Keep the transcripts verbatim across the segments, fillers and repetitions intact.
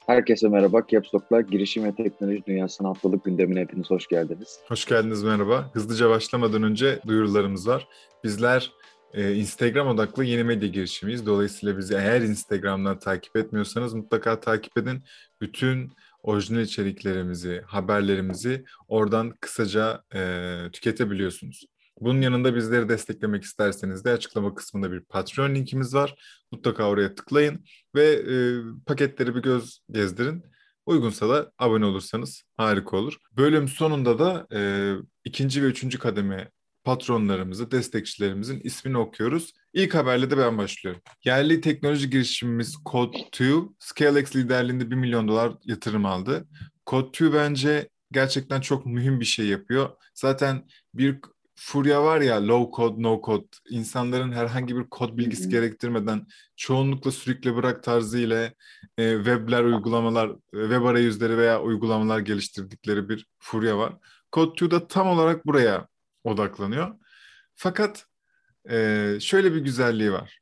Herkese merhaba. Caps Lock'la girişim ve teknoloji dünyasının haftalık gündemine hepiniz hoş geldiniz. Hoş geldiniz, merhaba. Hızlıca başlamadan önce duyurularımız var. Bizler e, Instagram odaklı yeni medya girişimiyiz. Dolayısıyla bizi eğer Instagram'dan takip etmiyorsanız mutlaka takip edin. Bütün orijinal içeriklerimizi, haberlerimizi oradan kısaca e, tüketebiliyorsunuz. Bunun yanında bizleri desteklemek isterseniz de açıklama kısmında bir Patreon linkimiz var. Mutlaka oraya tıklayın ve e, paketleri bir göz gezdirin. Uygunsa da abone olursanız harika olur. Bölüm sonunda da e, ikinci ve üçüncü kademe patronlarımızı, destekçilerimizin ismini okuyoruz. İlk haberle de ben başlıyorum. Yerli teknoloji girişimimiz Code iki, ScaleX liderliğinde bir milyon dolar yatırım aldı. Code iki bence gerçekten çok mühim bir şey yapıyor. Zaten bir furya var ya, low code, no code. İnsanların herhangi bir kod bilgisi gerektirmeden çoğunlukla sürükle bırak tarzı ile e, webler, uygulamalar, e, web arayüzleri veya uygulamalar geliştirdikleri bir furya var. Code iki de tam olarak buraya odaklanıyor. Fakat e, şöyle bir güzelliği var.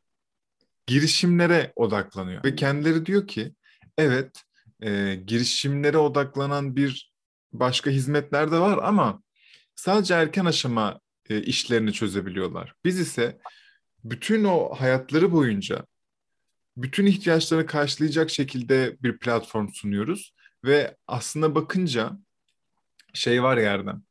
Girişimlere odaklanıyor ve kendileri diyor ki evet, e, girişimlere odaklanan bir başka hizmetler de var ama sadece erken aşama e, işlerini çözebiliyorlar. Biz ise bütün o hayatları boyunca bütün ihtiyaçlarını karşılayacak şekilde bir platform sunuyoruz ve aslında bakınca şey var yerden.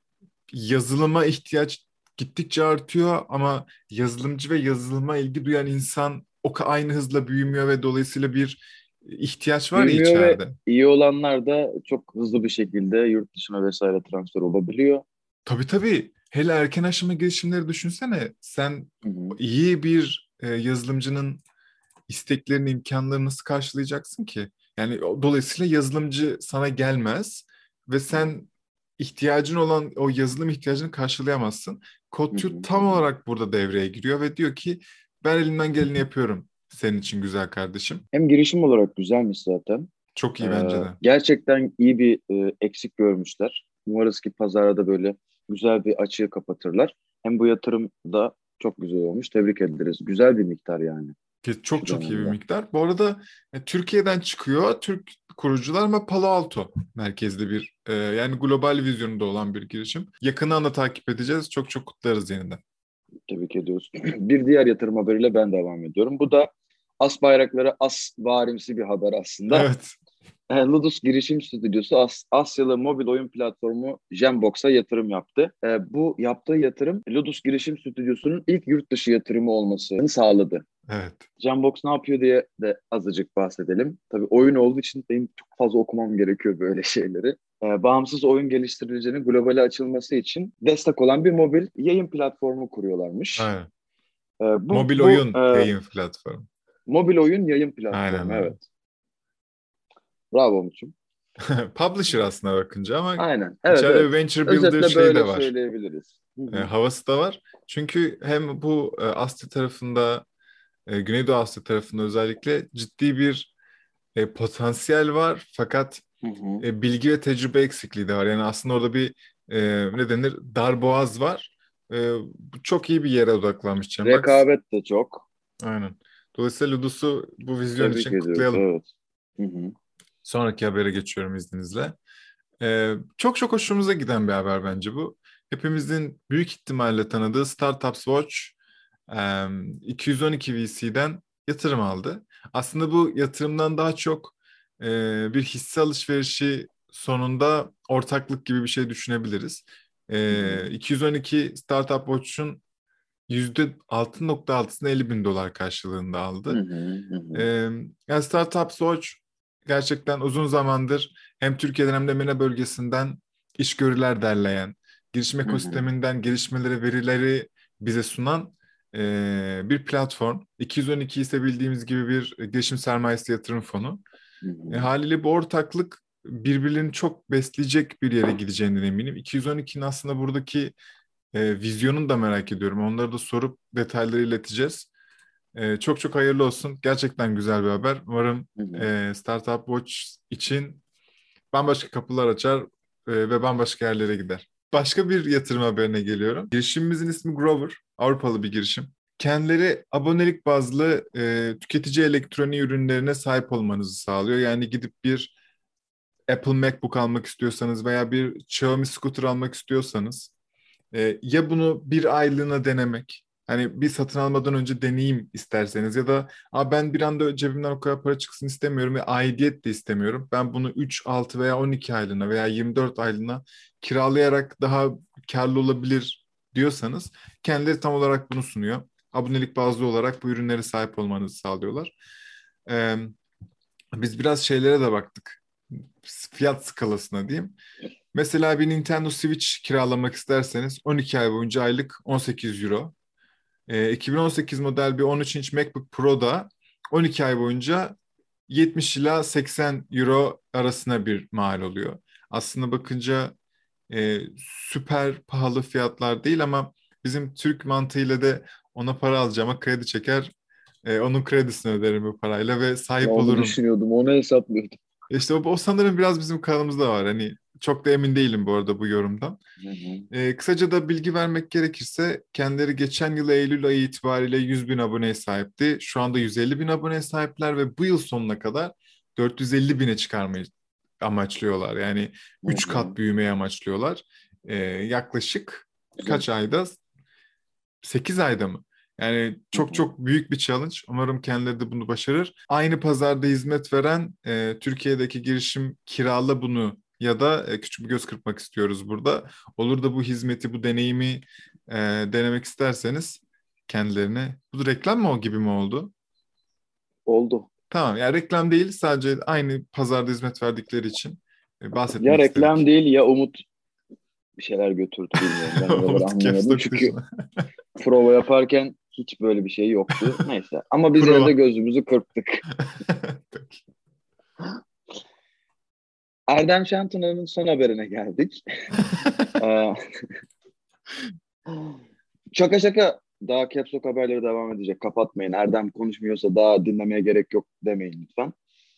Yazılıma ihtiyaç gittikçe artıyor ama yazılımcı ve yazılıma ilgi duyan insan o ka- aynı hızla büyümüyor ve dolayısıyla bir ihtiyaç var ya Büyümüyor ve içeride. iyi olanlar da çok hızlı bir şekilde yurt dışına vesaire transfer olabiliyor. Tabii tabii. Hele erken aşama girişimleri düşünsene. Sen Hı hı. iyi bir e, yazılımcının isteklerini, imkanlarını nasıl karşılayacaksın ki? Yani o- dolayısıyla yazılımcı sana gelmez ve sen ihtiyacın olan o yazılım ihtiyacını karşılayamazsın. Hı Kotu hı. tam olarak burada devreye giriyor ve diyor ki ben elimden geleni yapıyorum senin için güzel kardeşim. Hem girişim olarak güzelmiş zaten. Çok Ee, iyi bence de. gerçekten iyi bir e, eksik görmüşler. Umarız ki pazara da böyle güzel bir açığı kapatırlar. Hem bu yatırım da çok güzel olmuş. Tebrik ederiz. Güzel bir miktar yani Ki çok şu çok iyi bir dönemde. miktar. Bu arada e, Türkiye'den çıkıyor. Türk kurucular ama Palo Alto merkezli bir e, yani global vizyonunda olan bir girişim. Yakından da takip edeceğiz. Çok çok kutlarız yeniden. Tebrik ediyoruz. Bir diğer yatırım haberiyle ben devam ediyorum. Bu da as bayrakları as varimsi bir haber aslında. Evet. E, Ludus Girişim Stüdyosu As- Asyalı mobil oyun platformu Jambox'a yatırım yaptı. E, bu yaptığı yatırım Ludus Girişim Stüdyosu'nun ilk yurt dışı yatırımı olmasını sağladı. Evet. Jambox ne yapıyor diye de azıcık bahsedelim. Tabii oyun olduğu için benim çok fazla okumam gerekiyor böyle şeyleri. E, bağımsız oyun geliştiricilerinin globale açılması için destek olan bir mobil yayın platformu kuruyorlarmış. Aynen. E, bu Mobil bu oyun e, yayın platformu. mobil oyun yayın Aynen platformu, öyle. evet. Bravo Umut'cum. Publisher aslında bakınca ama Aynen. Evet, içeride evet. bir venture builder Özetle şey böyle de var. söyleyebiliriz. Hı E, hı. havası da var. Çünkü hem bu e, Asya tarafında, e, Güneydoğu Asya tarafında özellikle ciddi bir e, potansiyel var. Fakat Hı hı. e, bilgi ve tecrübe eksikliği de var. Yani aslında orada bir e, ne denir? Darboğaz var. E, bu çok iyi bir yere odaklanmış Cembox. Rekabet de çok. Aynen. Dolayısıyla Ludus'u bu vizyon Tebrik için ediyoruz. kutlayalım. Evet. Hı hı. Sonraki habere geçiyorum izninizle. Ee, çok çok hoşumuza giden bir haber bence bu. Hepimizin büyük ihtimalle tanıdığı Startups Watch em, iki yüz on iki V C'den yatırım aldı. Aslında bu yatırımdan daha çok e, bir hisse alışverişi sonunda ortaklık gibi bir şey düşünebiliriz. Hı hı. E, iki yüz on iki Startup Watch'un yüzde altı nokta altısını elli bin dolar karşılığında Hı aldı. hı. Hı Ee, hı. yani Startup Watch gerçekten uzun zamandır hem Türkiye'den hem de MENA bölgesinden işgörüler derleyen, girişim Hı hı. ekosisteminden gelişmeleri, verileri bize sunan e, bir platform. iki yüz on iki ise bildiğimiz gibi bir girişim sermayesi yatırım fonu. Hı E, hı. haliyle bu ortaklık birbirlerini çok besleyecek bir yere gideceğinden eminim. iki yüz on ikinin aslında buradaki e, vizyonunu da merak ediyorum. Onları da sorup detayları ileteceğiz. Ee, çok çok hayırlı olsun. Gerçekten güzel bir haber. Umarım Hı hı. e, Startup Watch için bambaşka kapılar açar e, ve bambaşka yerlere gider. Başka bir yatırım haberine geliyorum. Girişimimizin ismi Grover. Avrupalı bir girişim. kendileri abonelik bazlı e, tüketici elektronik ürünlerine sahip olmanızı sağlıyor. Yani gidip bir Apple MacBook almak istiyorsanız veya bir Xiaomi scooter almak istiyorsanız e, ya bunu bir aylığına denemek, hani bir satın almadan önce deneyeyim isterseniz ya da "Aa, ben bir anda cebimden o kadar para çıksın istemiyorum ve aidiyet de istemiyorum. Ben bunu üç, altı veya on iki aylığına veya yirmi dört aylığına kiralayarak daha karlı olabilir" diyorsanız kendileri tam olarak bunu sunuyor. Abonelik bazlı olarak bu ürünlere sahip olmanızı sağlıyorlar. Ee, Biz biraz şeylere de baktık. Fiyat skalasına diyeyim. Mesela bir Nintendo Switch kiralamak isterseniz on iki ay boyunca aylık on sekiz euro. Ee, iki bin on sekiz model bir on üç inç MacBook Pro da on iki ay boyunca yetmiş ila seksen euro arasına bir mal oluyor. Aslında bakınca e, süper pahalı fiyatlar değil ama bizim Türk mantığıyla da ona para alacağıma kredi çeker, e, onun kredisini öderim bu parayla ve Ya sahip onu olurum. düşünüyordum, onu hesaplıyordum. İşte o, o sanırım biraz bizim kanalımızda var. Hani çok da emin değilim bu arada bu yorumdan. Hı hı. Ee, kısaca da bilgi vermek gerekirse kendileri geçen yıl Eylül ayı itibariyle yüz bin aboneye sahipti. Şu anda yüz elli bin aboneye sahipler ve bu yıl sonuna kadar dört yüz elli bine çıkarmayı amaçlıyorlar. Yani Hı üç kat hı. büyümeyi amaçlıyorlar. Ee, yaklaşık Güzel. kaç ayda? sekiz ayda mı? Yani Hı çok hı. çok büyük bir challenge. Umarım kendileri de bunu başarır. Aynı pazarda hizmet veren e, Türkiye'deki girişim Kirala bunu ya da e, küçük bir göz kırpmak istiyoruz burada. Olur da bu hizmeti, bu deneyimi e, denemek isterseniz kendilerine. Bu reklam mı o gibi mi oldu? Oldu. Tamam, yani reklam değil, sadece aynı pazarda hizmet verdikleri için e, Ya bahsetmek reklam istedik. değil ya Umut bir şeyler götürdü, bilmiyorum. Ben oraları Umut Caps anlamadım. Lock Çünkü dışına. prova yaparken hiç böyle bir şey yoktu. Neyse. Ama biz yine de Prova. gözümüzü kırptık. Erdem Şantuna'nın son haberine geldik. Ee, şaka şaka. Daha Caps Lock haberleri devam edecek. Kapatmayın. Erdem konuşmuyorsa daha dinlemeye gerek yok demeyin lütfen.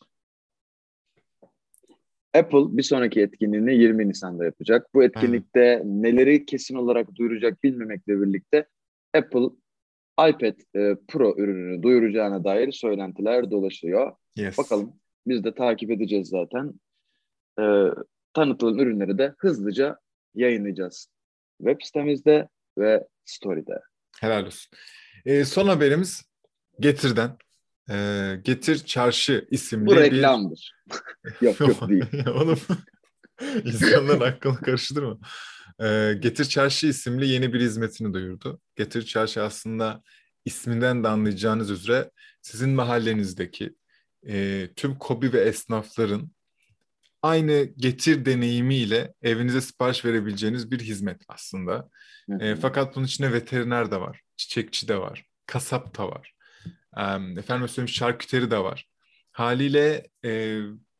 Apple bir sonraki etkinliğini yirmi Nisan'da yapacak. Bu Evet. etkinlikte neleri kesin olarak duyuracak bilmemekle birlikte Apple iPad e, Pro ürününü duyuracağına dair söylentiler dolaşıyor. Yes. Bakalım, biz de takip edeceğiz zaten. E, tanıtılan ürünleri de hızlıca yayınlayacağız. Web sitemizde ve Story'de. Helal olsun. Ee, son haberimiz Getir'den. Ee, Getir Çarşı Bu isimli bir... reklamdır. Yok yok, değil. Oğlum insanların aklını karıştırma. Ee, Getir Çarşı isimli yeni bir hizmetini duyurdu. Getir Çarşı aslında isminden de anlayacağınız üzere sizin mahallenizdeki e, tüm KOBİ ve esnafların aynı Getir deneyimiyle evinize sipariş verebileceğiniz bir hizmet aslında. Hı E, hı. fakat bunun içinde veteriner de var, çiçekçi de var, kasap da var. E, efendim söyleyeyim şarküteri de var. Haliyle e,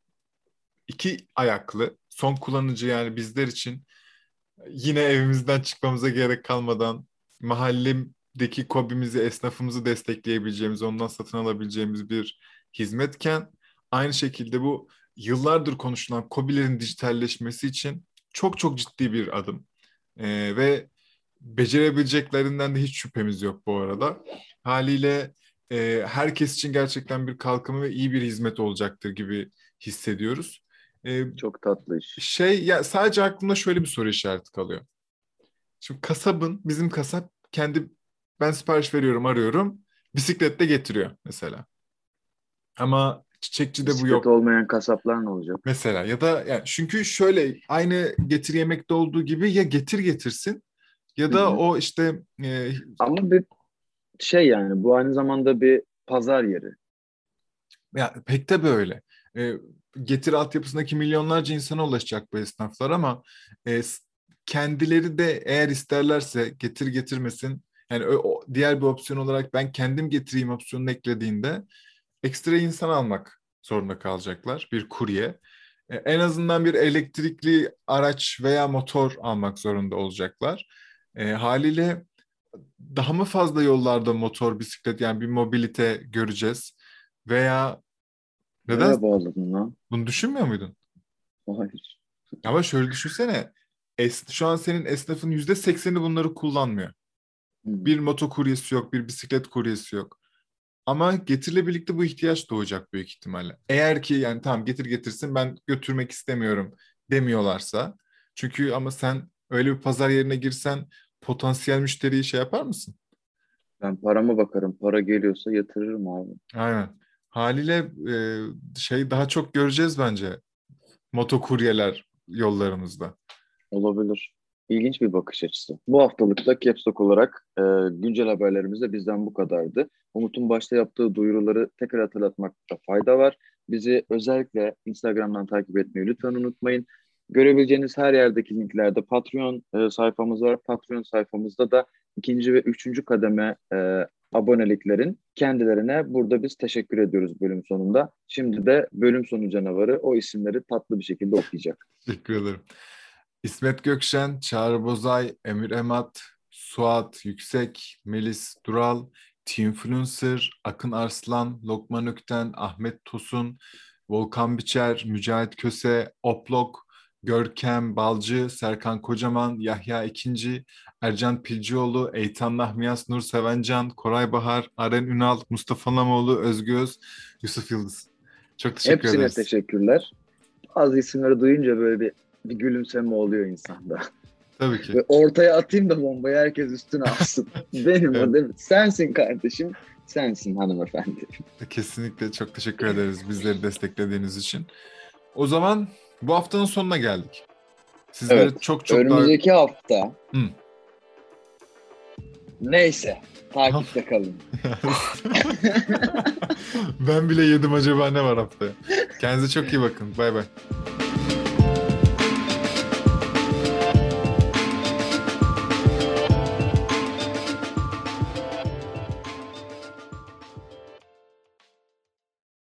iki ayaklı, son kullanıcı yani bizler için yine evimizden çıkmamıza gerek kalmadan mahallemdeki KOBİ'mizi, esnafımızı destekleyebileceğimiz, ondan satın alabileceğimiz bir hizmetken aynı şekilde bu yıllardır konuşulan KOBİ'lerin dijitalleşmesi için çok çok ciddi bir adım. Ee, ve becerebileceklerinden de hiç şüphemiz yok bu arada. Haliyle e, herkes için gerçekten bir kalkınma ve iyi bir hizmet olacaktır gibi hissediyoruz. E, Çok tatlı iş. şey ya sadece aklımda şöyle bir soru işareti kalıyor. Şimdi kasabın, bizim kasap kendi ben sipariş veriyorum, arıyorum. Bisikletle getiriyor mesela. Ama çiçekçi de bu Bisikleti yok. olmayan kasaplar ne olacak? Mesela ya da yani çünkü şöyle aynı getir yemekte olduğu gibi ya getir getirsin ya Hı da hı. o işte e, Ama bir şey, yani bu aynı zamanda bir pazar yeri. ya pek de böyle. E, Getir altyapısındaki milyonlarca insana ulaşacak bu esnaflar ama e, s- kendileri de eğer isterlerse getir getirmesin. Yani o, o- diğer bir opsiyon olarak ben kendim getireyim opsiyonunu eklediğinde ekstra insan almak zorunda kalacaklar. Bir kurye. E, en azından bir elektrikli araç veya motor almak zorunda olacaklar. E, haliyle daha mı fazla yollarda motor, bisiklet yani bir mobilite göreceğiz? Veya neden Nereye bağladın lan? bunu düşünmüyor muydun? Hayır. Ama şöyle düşünsene. Es, şu an senin esnafın yüzde sekseni bunları kullanmıyor. Hmm. Bir moto kuryesi yok, bir bisiklet kuryesi yok. Ama Getir'le birlikte bu ihtiyaç doğacak büyük ihtimalle. Eğer ki yani tamam Getir getirsin ben götürmek istemiyorum demiyorlarsa. Çünkü ama sen öyle bir pazar yerine girsen potansiyel müşteriyi şey yapar mısın? Ben parama bakarım. Para geliyorsa yatırırım abi. Aynen. Haliyle e, şey daha çok göreceğiz bence motokuryeler yollarımızda. Olabilir. İlginç bir bakış açısı. Bu haftalıkta Caps Lock olarak e, güncel haberlerimiz de bizden bu kadardı. Umut'un başta yaptığı duyuruları tekrar hatırlatmakta fayda var. Bizi özellikle Instagram'dan takip etmeyi lütfen unutmayın. Görebileceğiniz her yerdeki linklerde Patreon e, sayfamız var. Patreon sayfamızda da ikinci ve üçüncü kademe e, aboneliklerin kendilerine burada biz teşekkür ediyoruz bölüm sonunda. Şimdi de bölüm sonu canavarı o isimleri tatlı bir şekilde okuyacak. Teşekkür ederim. İsmet Gökşen, Çağrı Bozay, Emir Emat, Suat Yüksek, Melis Dural, Tinfluencer, Akın Arslan, Lokman Ökten, Ahmet Tosun, Volkan Biçer, Mücahit Köse, Oplok, Görkem Balcı, Serkan Kocaman, Yahya İkinci, Ercan Pilcioğlu, Eytan Nahmiyas, Nur Sevencan, Koray Bahar, Aren Ünal, Mustafa Namoğlu, Özgü Öz, Yusuf Yıldız. Çok teşekkür Hepsine ederiz. teşekkürler. Bazı isimleri duyunca böyle bir, bir gülümseme oluyor insanda. Tabii ki. Ve ortaya atayım da bombayı herkes üstüne alsın. Benim Evet. o değil mi? Sensin kardeşim, sensin hanımefendi. Kesinlikle çok teşekkür ederiz bizleri desteklediğiniz için. O zaman bu haftanın sonuna geldik. Sizleri Evet, çok çok önümüzdeki daha... hafta Hı. neyse takipte kalın. Ben bile yedim acaba ne var haftaya. Kendinize çok iyi bakın. Bay bay.